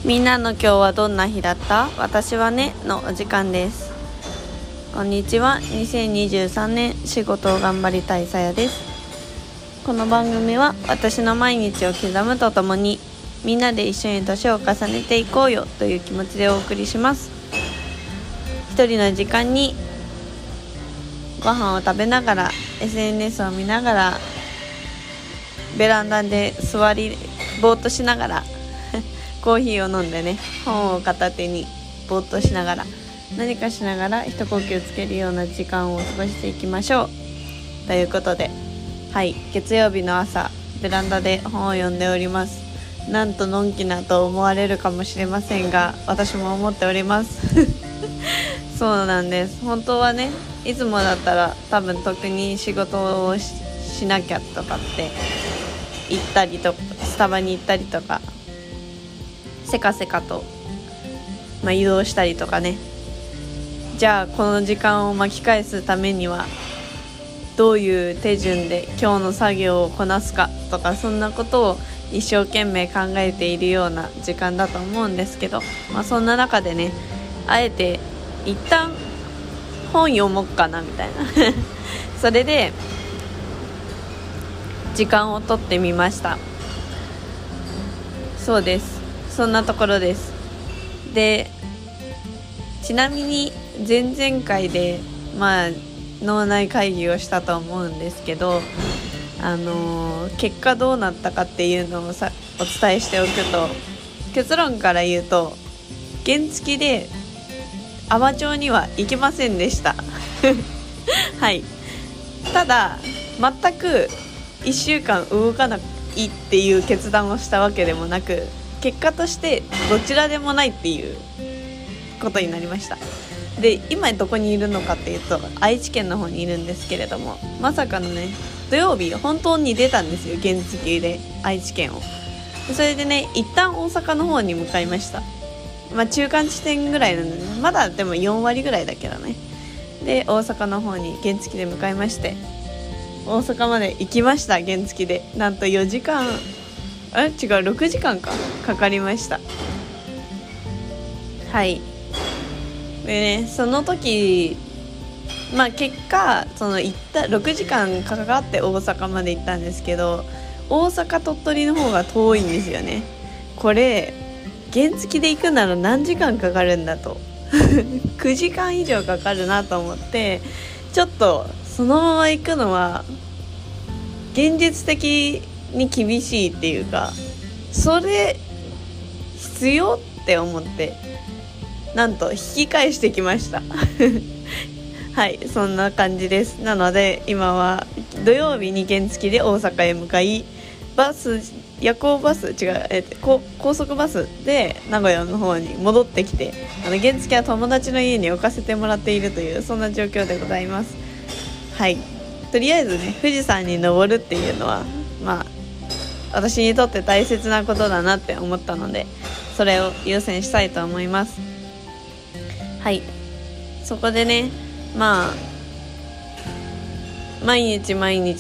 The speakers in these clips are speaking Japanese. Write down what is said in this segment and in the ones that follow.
みんなの今日はどんな日だった？私はねのお時間です。こんにちは。2023年仕事を頑張りたいさやです。この番組は私の毎日を刻むとともにみんなで一緒に年を重ねていこうよという気持ちでお送りします。一人の時間にご飯を食べながら SNS を見ながらベランダでぼーっとしながらコーヒーを飲んでね、本を片手にぼーっとしながら何かしながら一呼吸つけるような時間を過ごしていきましょうということで、月曜日の朝ベランダで本を読んでおります。なんとのんきなと思われるかもしれませんが、私も思っておりますそうなんです。本当はね、いつもだったら多分特に仕事を しなきゃとかって行ったりとか、スタバに行ったりとかせかせかと、移動したりとかね。じゃあこの時間を巻き返すためにはどういう手順で今日の作業をこなすかとか、そんなことを一生懸命考えているような時間だと思うんですけど、そんな中でね、あえて一旦本読もうかなみたいなそれで時間を取ってみました。そうです、そんなところです。で、ちなみに前々回で脳内会議をしたと思うんですけど、結果どうなったかっていうのをお伝えしておくと、結論から言うと原付で阿波町には行けませんでしたただ全く1週間動かないっていう決断をしたわけでもなく、結果としてどちらでもないっていうことになりました。で、今どこにいるのかっていうと愛知県の方にいるんですけれども、まさかのね、土曜日本当に出たんですよ、原付で愛知県を。それでね、一旦大阪の方に向かいました。中間地点ぐらいなので、まだでも4割ぐらいだけどね。で、大阪の方に原付で向かいまして、大阪まで行きました。原付でなんと4時間6時間かかりました。でね、その時結果6時間かかって大阪まで行ったんですけど、大阪鳥取の方が遠いんですよね。これ原付で行くなら何時間かかるんだと9時間以上かかるなと思って、ちょっとそのまま行くのは現実的に厳しいっていうか、それ必要って思って、なんと引き返してきましたそんな感じです。なので今は土曜日に原付で大阪へ向かい、高速バスで名古屋の方に戻ってきて、原付は友達の家に置かせてもらっているという、そんな状況でございます。とりあえずね、富士山に登るっていうのは私にとって大切なことだなって思ったので、それを優先したいと思います。そこでね、毎日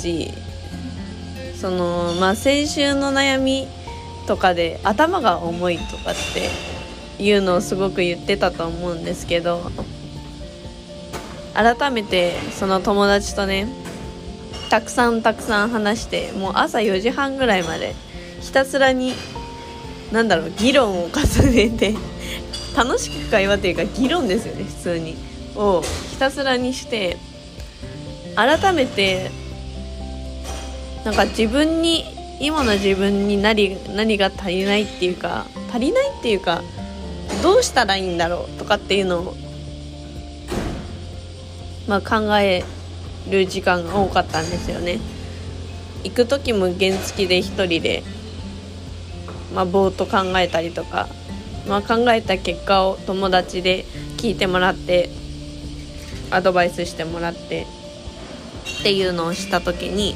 先週の悩みとかで頭が重いとかっていうのをすごく言ってたと思うんですけど、改めてその友達とね、たくさん話して、もう朝4時半ぐらいまでひたすらに議論を重ねて楽しく会話というか議論ですよね、普通にをひたすらにして、改めて今の自分に何が足りないっていうかどうしたらいいんだろうとかっていうのを考える時間が多かったんですよね。行く時も原付で一人でぼーっと考えたりとか、考えた結果を友達で聞いてもらってアドバイスしてもらってっていうのをした時に、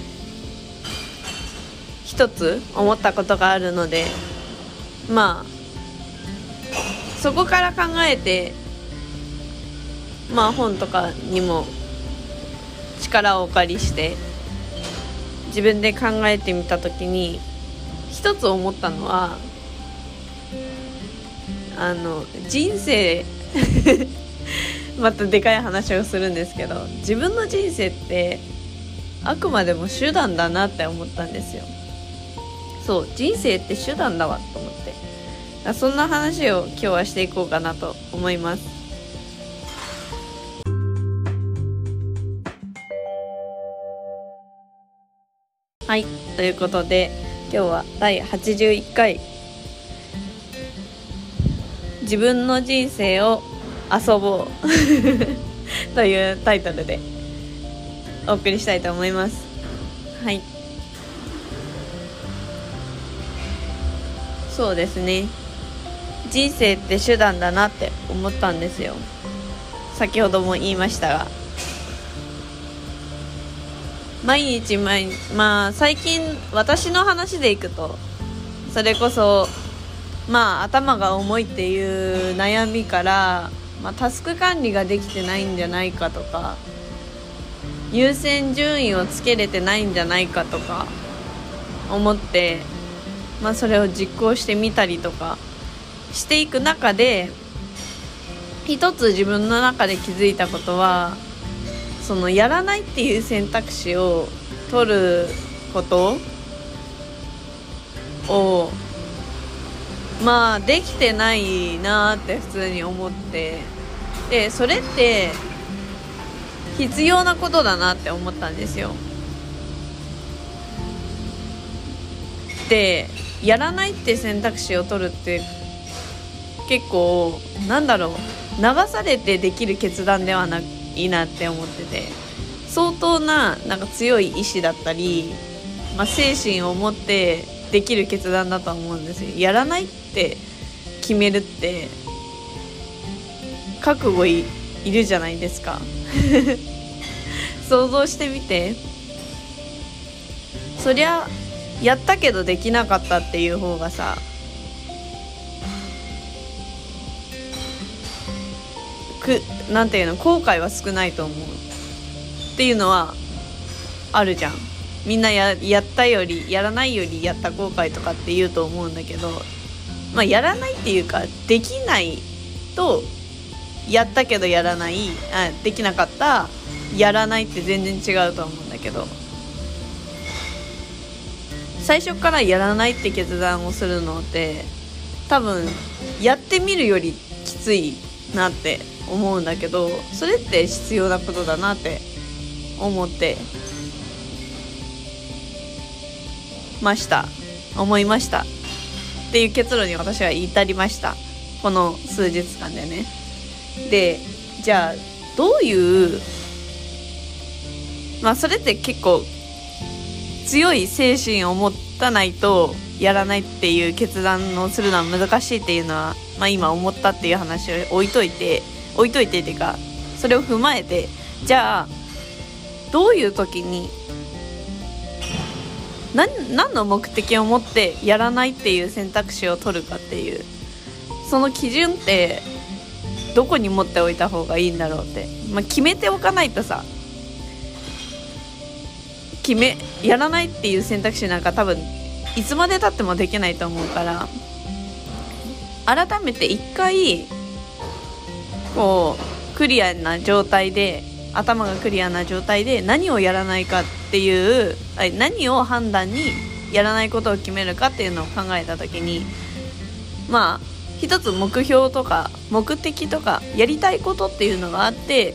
一つ思ったことがあるので、そこから考えて本とかにも力をお借りして自分で考えてみた時に、一つ思ったのは、 人生またでかい話をするんですけど、自分の人生ってあくまでも手段だなって思ったんですよ。そう、人生って手段だわと思って、そんな話を今日はしていこうかなと思います。はい、ということで今日は第81回自分の人生を遊ぼうというタイトルでお送りしたいと思います。はい、そうですね、人生って手段だなって思ったんですよ。先ほども言いましたが、毎日最近私の話でいくと、それこそ頭が重いっていう悩みから、タスク管理ができてないんじゃないかとか、優先順位をつけれてないんじゃないかとか思って、それを実行してみたりとかしていく中で、一つ自分の中で気づいたことは、そのやらないっていう選択肢を取ることをできてないなって普通に思って、でそれって必要なことだなって思ったんですよ。でやらないって選択肢を取るって結構流されてできる決断ではないいなって思ってて、相当な強い意志だったり、精神を持ってできる決断だと思うんですよ。やらないって決めるって覚悟いるじゃないですか想像してみて、そりゃやったけどできなかったっていう方がさ、なんていうの、後悔は少ないと思うっていうのはあるじゃん。みんなやったよりやらないよりやった後悔とかって言うと思うんだけど、やらないっていうかできないと、やったけどやらない、できなかったやらないって全然違うと思うんだけど、最初からやらないって決断をするのって多分やってみるよりきついなって思うんだけど、それって必要なことだなって思いましたっていう結論に私は至りました、この数日間でね。でじゃあどういうそれって結構強い精神を持たないとやらないっていう決断をするのは難しいっていうのは、今思ったっていう話を置いといてっていうか、それを踏まえて、じゃあどういう時に何の目的を持ってやらないっていう選択肢を取るかっていう、その基準ってどこに持っておいた方がいいんだろうって、決めておかないとさ、やらないっていう選択肢なんか多分いつまで経ってもできないと思うから、改めて一回こう頭がクリアな状態で何をやらないかっていう、何を判断にやらないことを決めるかっていうのを考えた時に、一つ目標とか目的とかやりたいことっていうのがあって、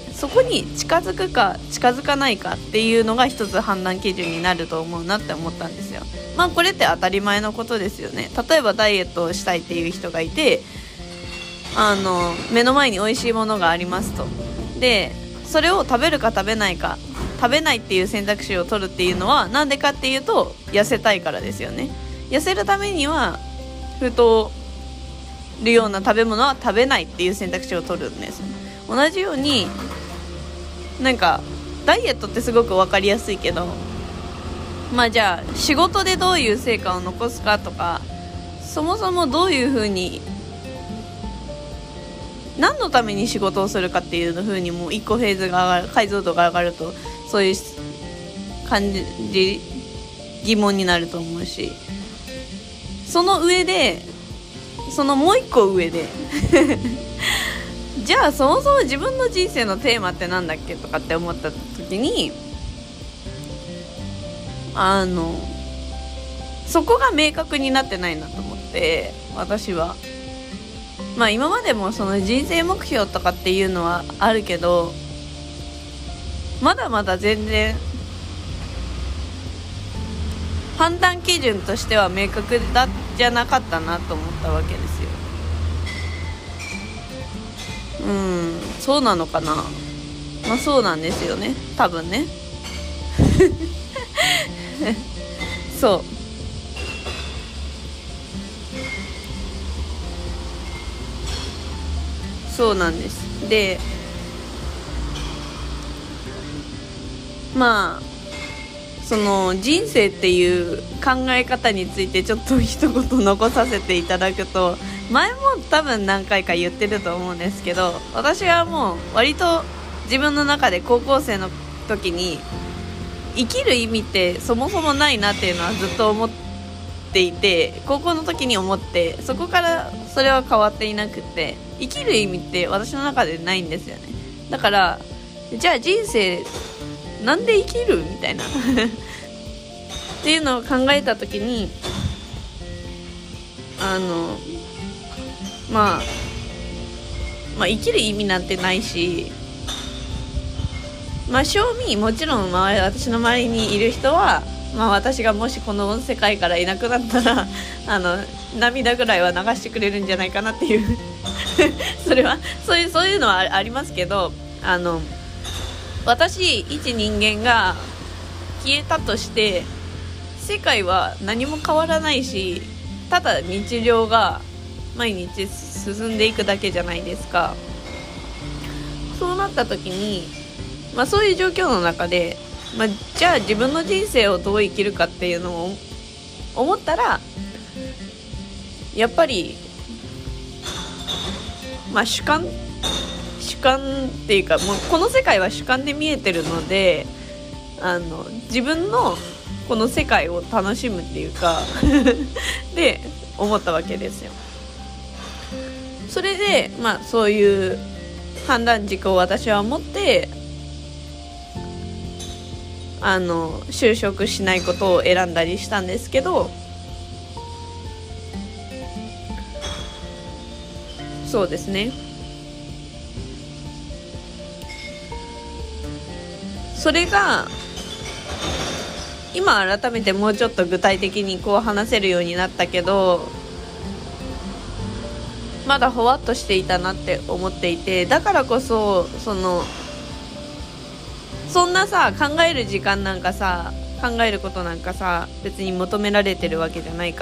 そこに近づくか近づかないかっていうのが一つ判断基準になると思うなって思ったんですよ。これって当たり前のことですよね。例えばダイエットをしたいっていう人がいて、目の前に美味しいものがありますと。でそれを食べるか食べないか、食べないっていう選択肢を取るっていうのはなんでかっていうと、痩せたいからですよね。痩せるためには太るような食べ物は食べないっていう選択肢を取るんです。同じようにダイエットってすごく分かりやすいけど、じゃあ仕事でどういう成果を残すかとか、そもそもどういうふうに何のために仕事をするかっていう風にも一個フェーズが上がる、解像度が上がるとそういう疑問になると思うし、その上でそのもう一個上でじゃあそもそも自分の人生のテーマってなんだっけとかって思った時にそこが明確になってないなと思って、私は今までもその人生目標とかっていうのはあるけど、まだまだ全然判断基準としては明確じゃなかったなと思ったわけですよ。そうなのかな。そうなんですよね、多分ねそうなんです。でその人生っていう考え方についてちょっと一言残させていただくと、前も多分何回か言ってると思うんですけど、私はもう割と自分の中で高校生の時に生きる意味ってそもそもないなっていうのはずっと思っていて、高校の時に思って、そこからそれは変わっていなくて、生きる意味って私の中でないんですよね。だからじゃあ人生なんで生きるみたいなっていうのを考えた時に生きる意味なんてないし、正味もちろん私の周りにいる人は、私がもしこの世界からいなくなったら涙ぐらいは流してくれるんじゃないかなっていうそれはそういうのはありますけど、私一人間が消えたとして世界は何も変わらないし、ただ日常が毎日進んでいくだけじゃないですか。そうなった時に、そういう状況の中で、じゃあ自分の人生をどう生きるかっていうのを思ったら、やっぱり主観っていうか、もうこの世界は主観で見えてるので、自分のこの世界を楽しむっていうかで思ったわけですよ。それでそういう判断軸を私は持って就職しないことを選んだりしたんですけど、そうですね、それが今改めてもうちょっと具体的にこう話せるようになったけど、まだほわっとしていたなって思っていて、だからこそそんなさ、考える時間なんかさ、考えることなんかさ、別に求められてるわけじゃないから、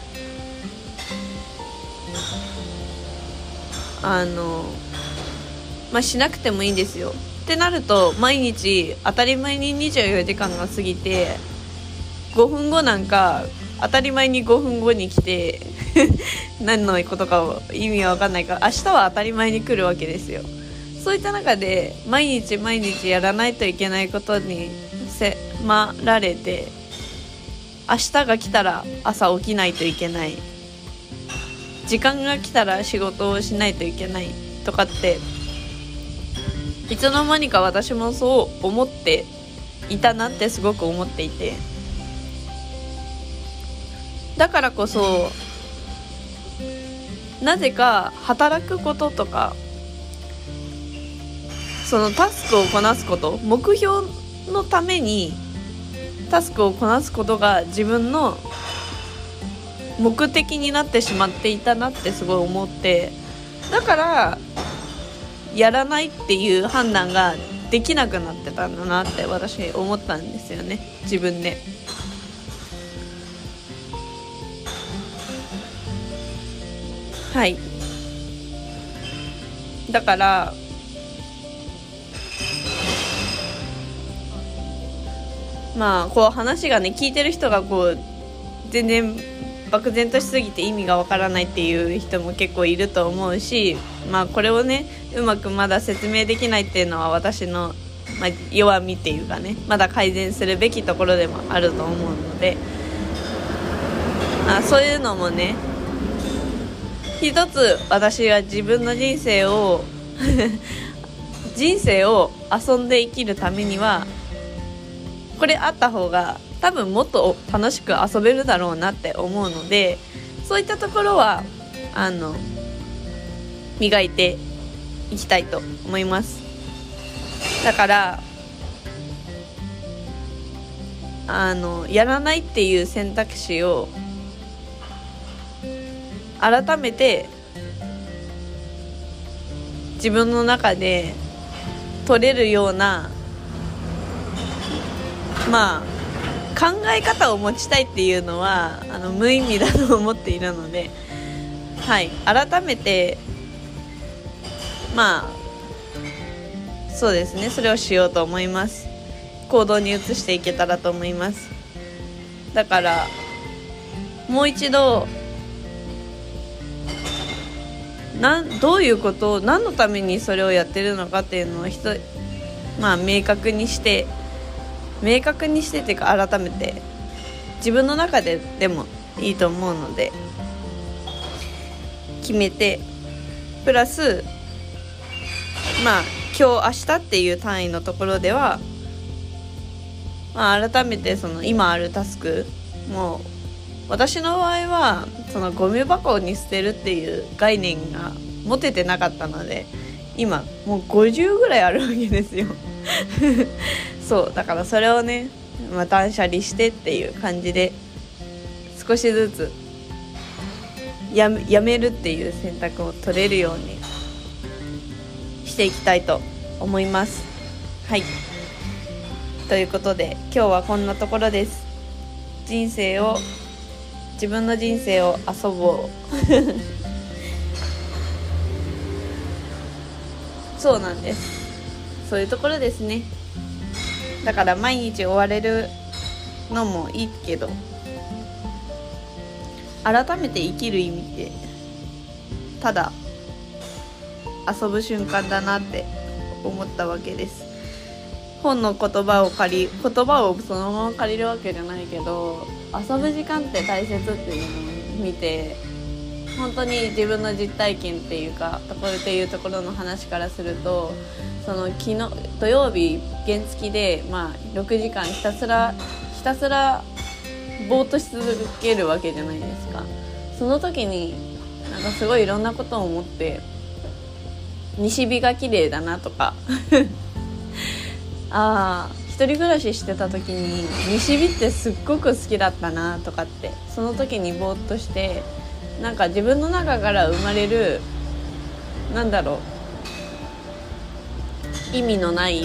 しなくてもいいんですよ。ってなると、毎日当たり前に24時間が過ぎて、5分後なんか当たり前に5分後に来て何のことか意味は分かんないから、明日は当たり前に来るわけですよ。そういった中で毎日毎日やらないといけないことに迫られて、明日が来たら朝起きないといけない、時間が来たら仕事をしないといけないとかって、いつの間にか私もそう思っていたなってすごく思っていて、だからこそなぜか働くこととか、そのタスクをこなすこと、目標のためにタスクをこなすことが自分の目的になってしまっていたなってすごい思って、だからやらないっていう判断ができなくなってたんだなって私思ったんですよね、自分で。はい、だからこう話がね、聞いてる人がこう全然漠然としすぎて意味がわからないっていう人も結構いると思うし、これをねうまくまだ説明できないっていうのは私の、弱みっていうかね、まだ改善するべきところでもあると思うので、そういうのもね一つ私が自分の人生を人生を遊んで生きるためにはこれあった方が多分もっと楽しく遊べるだろうなって思うので、そういったところは磨いていきたいと思います。だからやらないっていう選択肢を改めて自分の中で取れるような考え方を持ちたいっていうのは無意味だと思っているので、改めてそうですね、それをしようと思います。行動に移していけたらと思います。だからもう一度どういうことを何のためにそれをやってるのかっていうのを明確にしてっていうか改めて自分の中でもいいと思うので決めて、プラス今日明日っていう単位のところでは改めてその今あるタスクも私の場合はそのゴミ箱に捨てるっていう概念が持ててなかったので、今もう50ぐらいあるわけですよそうだからそれをね断捨離してっていう感じで少しずつやめるっていう選択を取れるようにしていきたいと思います。ということで今日はこんなところです。自分の人生を遊ぼうそうなんです。そういうところですね。だから毎日追われるのもいいけど、改めて生きる意味ってただ遊ぶ瞬間だなって思ったわけです。本の言葉をそのまま借りるわけじゃないけど、遊ぶ時間って大切っていうのを見て、本当に自分の実体験っていうかっていうところの話からすると、その昨日土曜日原付で6時間ひたすらぼーっとし続けるわけじゃないですか。その時にすごいいろんなことを思って、西日が綺麗だなとか一人暮らししてた時に西日ってすっごく好きだったなとかって、その時にぼーっとして自分の中から生まれる意味のない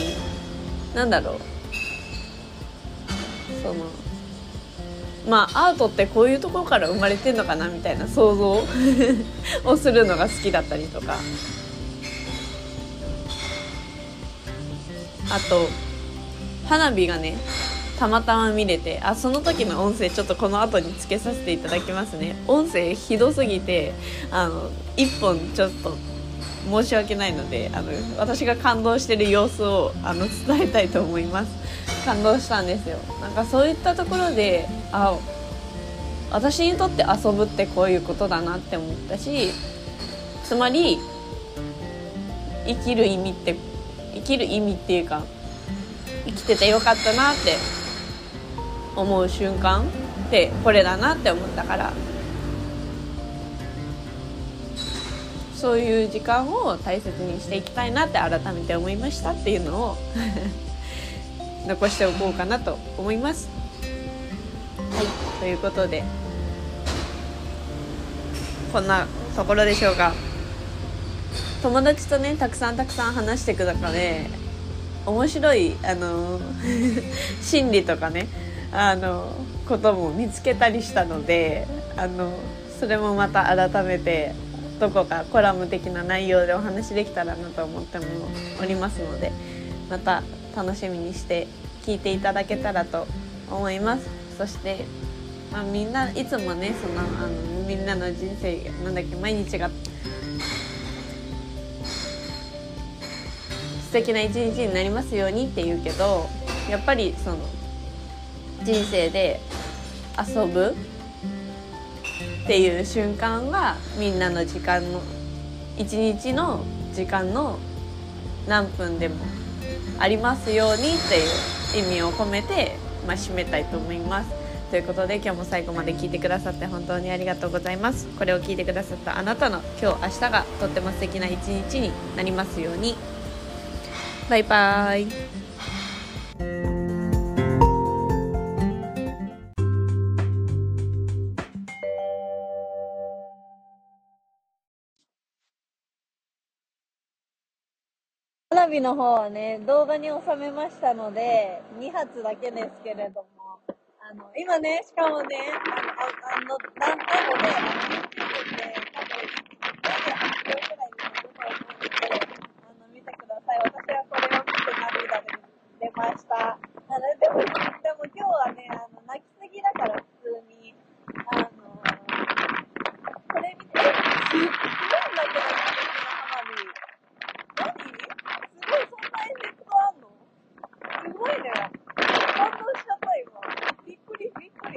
アートってこういうところから生まれてんのかなみたいな想像をするのが好きだったりとか、あと花火がねたまたま見れて、その時の音声ちょっとこの後につけさせていただきますね。音声ひどすぎて一本ちょっと申し訳ないので私が感動してる様子を伝えたいと思います。感動したんですよ。そういったところで私にとって遊ぶってこういうことだなって思ったし、つまり生きる意味っていうか、生きててよかったなって思う瞬間ってこれだなって思ったから、そういう時間を大切にしていきたいなって改めて思いましたっていうのを残しておこうかなと思います。ということでこんなところでしょうか。友達とねたくさん話していく中で面白い心理とかねことも見つけたりしたので、それもまた改めてどこかコラム的な内容でお話できたらなと思っておりますので、また楽しみにして聞いていただけたらと思います。そして、みんないつもねみんなの人生毎日が素敵な一日になりますようにって言うけど、やっぱり人生で遊ぶっっていう瞬間はみんなの時間の一日の時間の何分でもありますようにっていう意味を込めて、締めたいと思います。ということで今日も最後まで聞いてくださって本当にありがとうございます。これを聞いてくださったあなたの今日明日がとっても素敵な一日になりますように。バイバイ。花火の方はね、動画に収めましたので、2発だけですけれども、今ね、しかもね、なんかもね、YouTube で多分、1秒ぐらいになると思うので、見てください。私はこれを見て涙で出ました。でも今日はね、泣きすぎだから普通に、これ見て、すごいんだけど、花火。何？すごい、そんなエフェクトあんの？すごいね。感動しちゃった今。びっくり。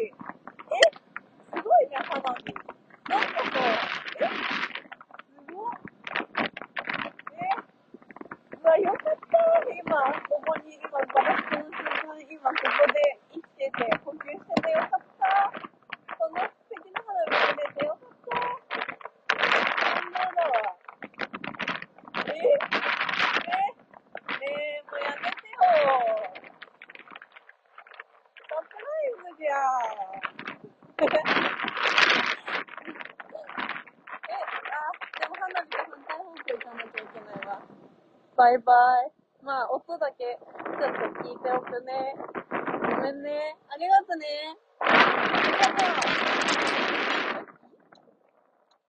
すごいね、花火。なんかさ、すごっ。うわ、よかった。今、ここに、今、ガラスの瞬間、今、ここで生きてて、呼吸しててよかった。この素敵な花火見れてよかった。感動だわ。もうやめてよ。サプライズじゃん。でも花火と反対方向行かなきゃいけないわ。バイバイ。音だけちょっと聞いておくね。ごめんね。ありがとね。ありがとう。